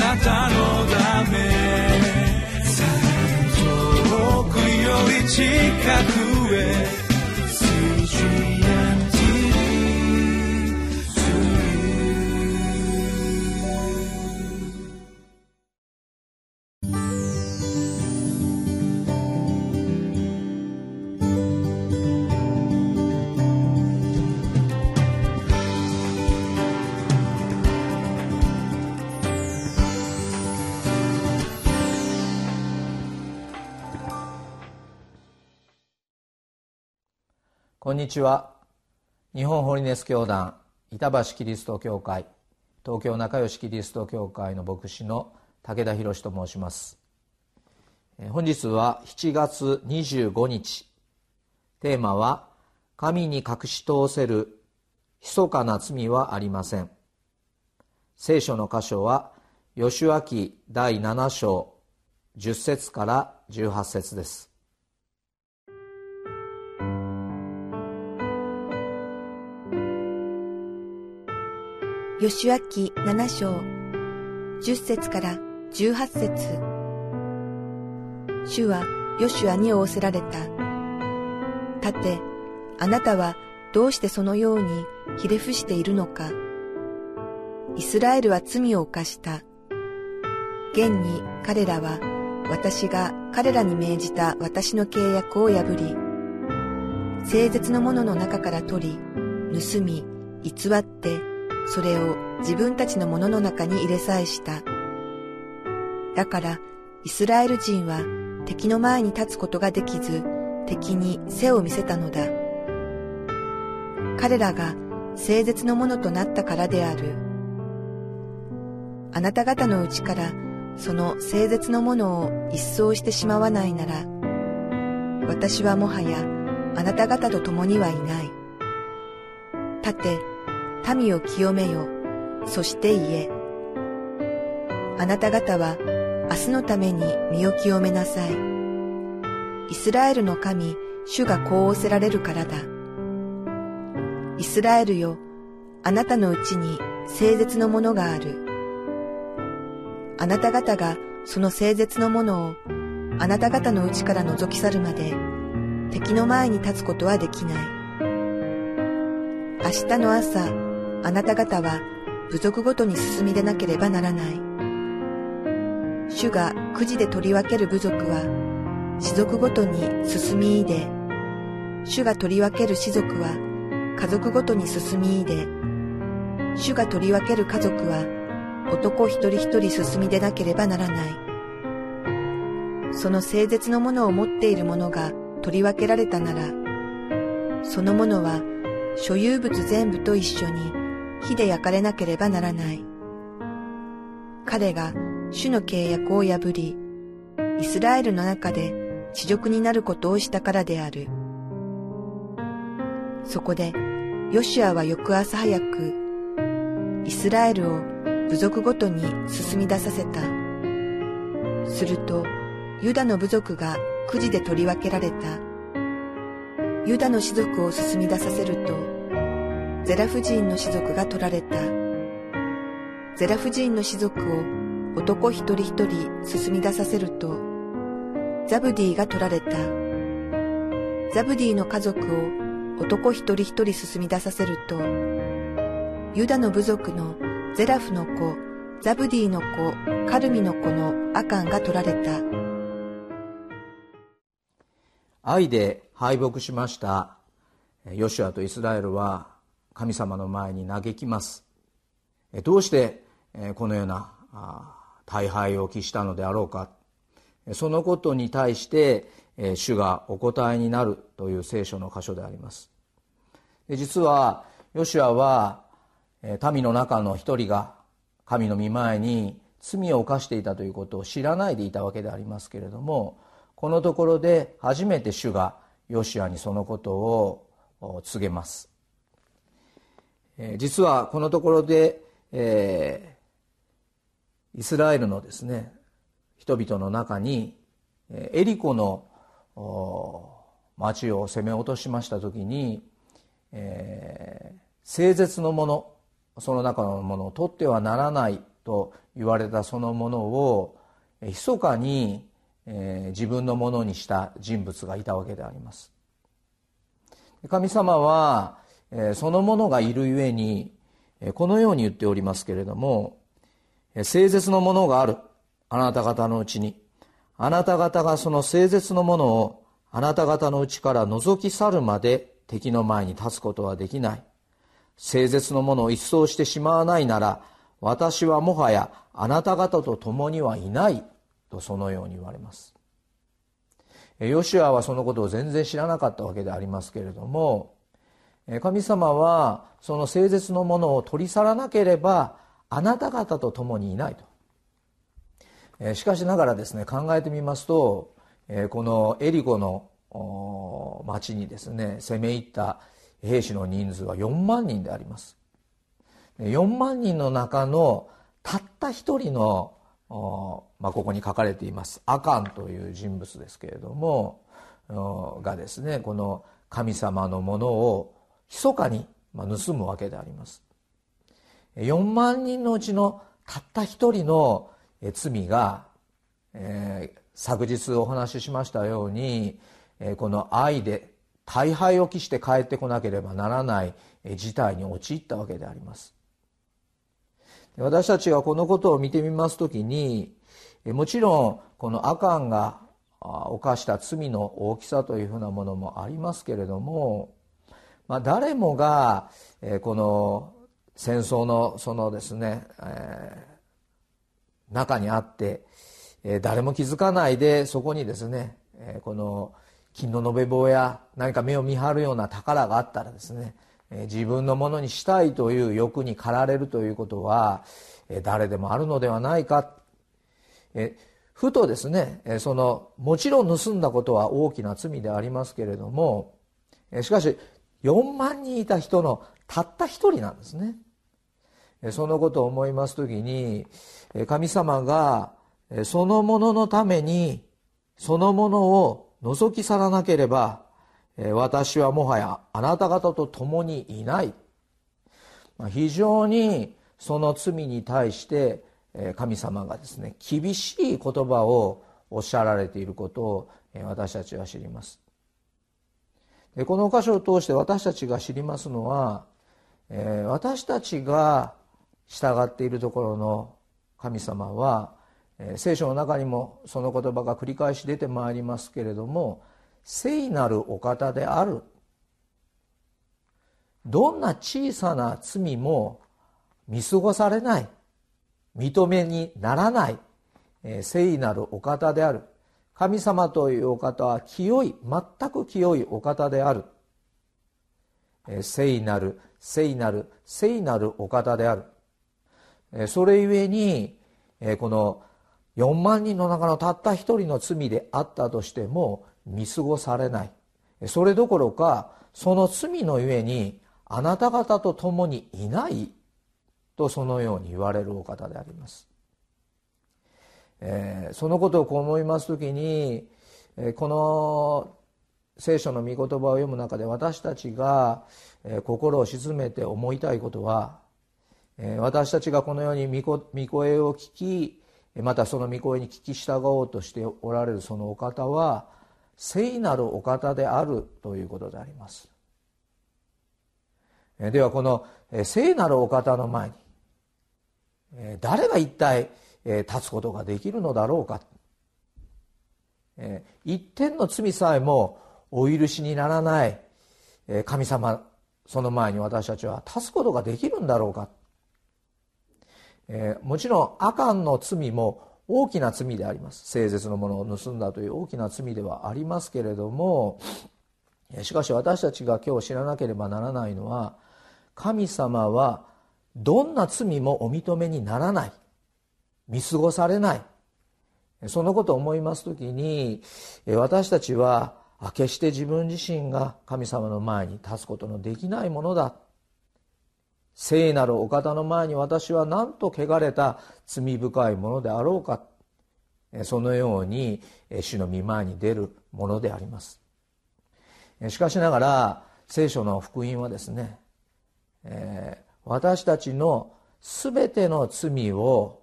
なたのため、遠くより近くへこんにちは。日本ホリネス教団板橋キリスト教会東京仲良しキリスト教会の牧師の武田博と申します。本日は7月25日、テーマは神に隠し通せる密かな罪はありません。聖書の箇所はヨシュア記第7章10節から18節です。 ヨシュア記7章10節から18節。主はヨシュアに仰せられた。立て、あなたはどうしてそのようにひれ伏しているのか。イスラエルは罪を犯した。現に彼らは私が彼らに命じた私の契約を破り、聖絶のものの中から取り、盗み、偽って、それを自分たちのものの中に入れさえした。だからイスラエル人は敵の前に立つことができず、敵に背を見せたのだ。彼らが聖絶のものとなったからである。あなた方のうちからその聖絶のものを一掃してしまわないなら、私はもはやあなた方と共にはいない。立て、民を清めよ、そして言え。あなた方は明日のために身を清めなさい。イスラエルの神、主がこう仰せられるからだ。イスラエルよ、あなたのうちに聖絶のものがある。あなた方がその聖絶のものをあなた方のうちから除き去るまで、敵の前に立つことはできない。明日の朝、あなた方は部族ごとに進み出なければならない。主がくじで取り分ける部族は、氏族ごとに進み出で、主が取り分ける氏族は、家族ごとに進み出で、主が取り分ける家族は、男一人一人進み出なければならない。その聖絶のものを持っている者が取り分けられたなら、そのものは所有物全部と一緒に火で焼かれなければならない。彼が主の契約を破り、イスラエルの中で恥辱になることをしたからである。そこでヨシュアは翌朝早く、イスラエルを部族ごとに進み出させた。すると、ユダの部族がくじで取り分けられた。ユダの氏族を進み出させると、ゼラフ人の氏族が取られた。ゼラフ人の氏族を男一人一人進み出させると、ザブディが取られた。ザブディの家族を男一人一人進み出させると、ユダの部族のゼラフの子、ザブディの子、カルミの子のアカンが取られた。 愛で敗北しましたヨシュアとイスラエルは神様の前に嘆きます。どうしてこのような大敗を喫したのであろうか。そのことに対して主がお答えになるという聖書の箇所であります。実はヨシュアは民の中の一人が神の御前に罪を犯していたということを知らないでいたわけでありますけれども、このところで初めて主がヨシュアにそのことを告げます。実はこのところで、イスラエルのですね人々の中にエリコの町を攻め落としました時に、聖絶のもの、その中のものを取ってはならないと言われたそのものを密かに自分のものにした人物がいたわけであります。神様はそのものがいるゆえにこのように言っておりますけれども、聖絶のものがあるあなた方のうちに、あなた方がその聖絶のものをあなた方のうちから除き去るまで敵の前に立つことはできない。聖絶のものを一掃してしまわないなら、私はもはやあなた方と共にはいないとそのように言われます。ヨシュアはそのことを全然知らなかったわけでありますけれども、神様はその聖絶のものを取り去らなければあなた方と共にいないと。しかしながらですね、考えてみますと、このエリコの町にですね攻め入った兵士の人数は4万人であります。4万人の中のたった一人のここに書かれていますアカンという人物ですけれどもがですね、この神様のものを密かに盗むわけであります。4万人のうちのたった一人の罪が、昨日お話ししましたようにこの愛で大敗を期して帰ってこなければならない事態に陥ったわけであります。私たちがこのことを見てみますときに、もちろんこのアカンが犯した罪の大きさというふうなものもありますけれども、誰もがこの戦争のそのですね、中にあって誰も気づかないでそこにですねこの金の延べ棒や何か目を見張るような宝があったらですね、自分のものにしたいという欲に駆られるということは誰でもあるのではないか。ふとですね、もちろん盗んだことは大きな罪でありますけれども、しかし4万人いた人のたった一人なんですね。そのことを思いますときに、神様がそのもののためにそのものを除き去らなければ私はもはやあなた方と共にいない。非常にその罪に対して神様がですね厳しい言葉をおっしゃられていることを私たちは知ります。この箇所を通して私たちが知りますのは、私たちが従っているところの神様は聖書の中にもその言葉が繰り返し出てまいりますけれども、聖なるお方である。どんな小さな罪も見過ごされない、認めにならない聖なるお方である。神様というお方は清い、全く清いお方である。聖なる聖なる聖なるお方である。それゆえにこの4万人の中のたった一人の罪であったとしても見過ごされない。それどころかその罪のゆえにあなた方と共にいないとそのように言われるお方であります。そのことをこう思いますときに、この聖書の御言葉を読む中で私たちが心を静めて思いたいことは、私たちがこのように御声を聞き、またその御声に聞き従おうとしておられるそのお方は聖なるお方であるということであります。ではこの聖なるお方の前に誰が一体立つことができるのだろうか。一点の罪さえもお許しにならない神様、その前に私たちは立つことができるんだろうか。もちろんアカンの罪も大きな罪であります。聖絶のものを盗んだという大きな罪ではありますけれども、しかし私たちが今日知らなければならないのは、神様はどんな罪もお認めにならない、見過ごされない。そのことを思いますときに、私たちは決して自分自身が神様の前に立つことのできないものだ。聖なるお方の前に私はなんと汚れた罪深いものであろうか。そのように主の御前に出るものであります。しかしながら聖書の福音はですね、私たちのすべての罪を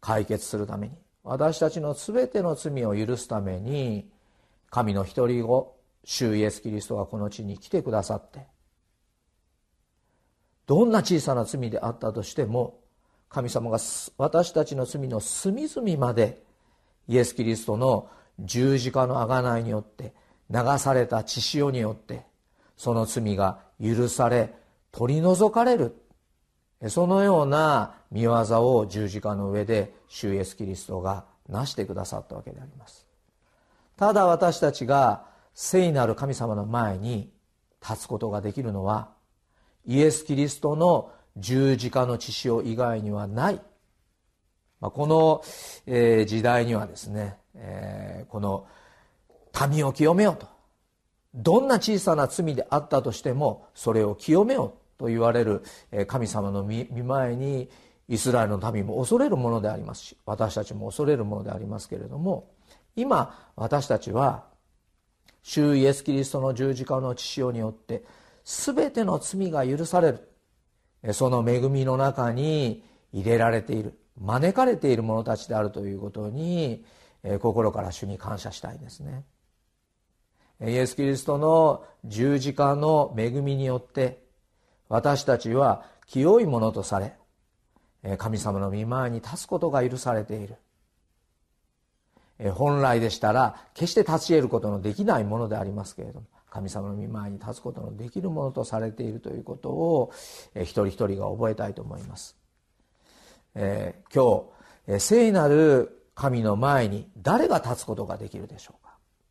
解決するために、私たちのすべての罪を許すために、神の一人子主イエスキリストがこの地に来てくださって、どんな小さな罪であったとしても、神様が私たちの罪の隅々までイエスキリストの十字架の贖いによって流された血潮によってその罪が許され取り除かれる、そのような御業を十字架の上で主イエスキリストがなしてくださったわけであります。ただ私たちが聖なる神様の前に立つことができるのはイエスキリストの十字架の血潮以外にはない。この時代にはですね、この民を清めようと、どんな小さな罪であったとしてもそれを清めようと言われる神様の御前にイスラエルの民も恐れるものでありますし、私たちも恐れるものでありますけれども、今私たちは主イエスキリストの十字架の血潮によって全ての罪が許される、その恵みの中に入れられている、招かれている者たちであるということに心から主に感謝したいですね。イエス・キリストの十字架の恵みによって私たちは清いものとされ、神様の御前に立つことが許されている。本来でしたら決して立ち得ることのできないものでありますけれども、神様の御前に立つことのできるものとされているということを一人一人が覚えたいと思います。今日聖なる神の前に誰が立つことができるでしょうか。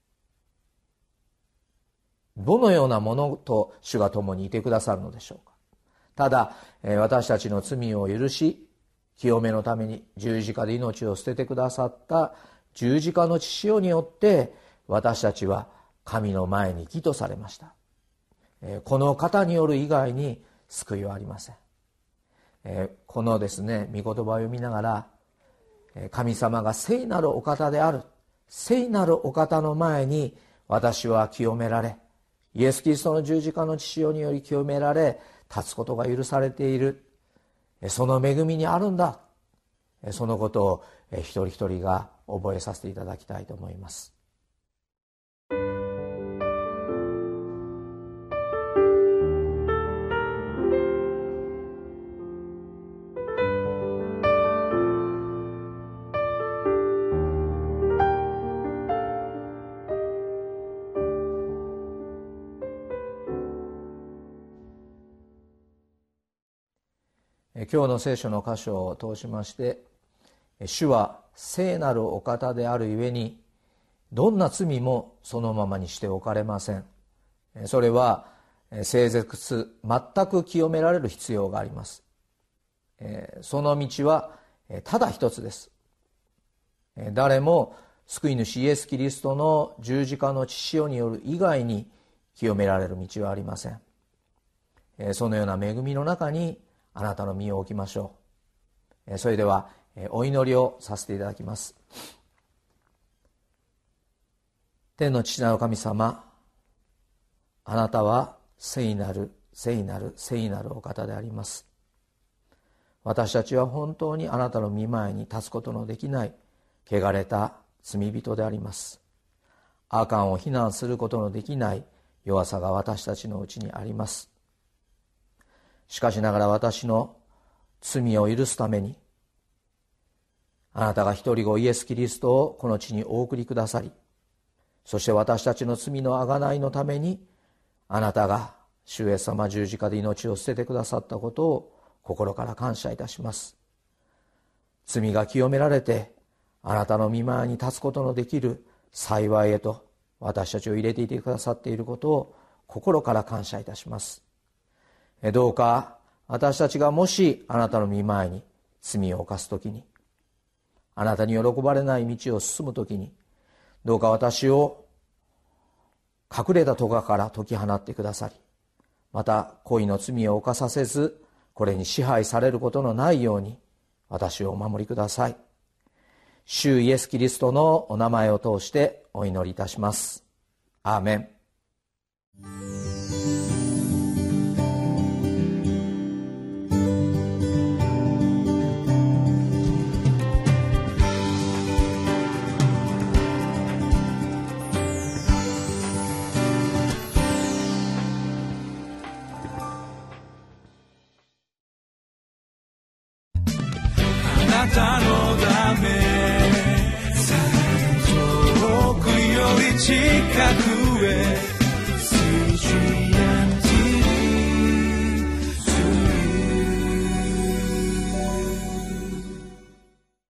どのようなものと主が共にいてくださるのでしょうか。ただ私たちの罪を許し清めのために十字架で命を捨ててくださった十字架の血潮によって私たちは神の前に義とされました。この方による以外に救いはありません。このですね御言葉を読みながら、神様が聖なるお方である、聖なるお方の前に私は清められ、イエス・キリストの十字架の血潮により清められ立つことが許されている、その恵みにあるんだ、そのことを一人一人が覚えさせていただきたいと思います。今日の聖書の箇所を通しまして、主は聖なるお方であるゆえにどんな罪もそのままにしておかれません。それは聖絶全く清められる必要があります。その道はただ一つです。誰も救い主イエス・キリストの十字架の血潮による以外に清められる道はありません。そのような恵みの中にあなたの身を置きましょう。それではお祈りをさせていただきます。天の父なる神様、あなたは聖なる聖なる聖なるお方であります。私たちは本当にあなたの御前に立つことのできない汚れた罪人であります。アカンを非難することのできない弱さが私たちのうちにあります。しかしながら私の罪を許すためにあなたが一人子イエス・キリストをこの地にお送りくださり、そして私たちの罪の贖いのためにあなたが主イエス様十字架で命を捨ててくださったことを心から感謝いたします。罪が清められてあなたの御前に立つことのできる幸いへと私たちを入れていてくださっていることを心から感謝いたします。どうか私たちがもしあなたの御前に罪を犯すときに、あなたに喜ばれない道を進むときに、どうか私を隠れた咎から解き放ってくださり、また恋の罪を犯させずこれに支配されることのないように私をお守りください。主イエス・キリストのお名前を通してお祈りいたします。アーメン。 なたのため遠くより近くへ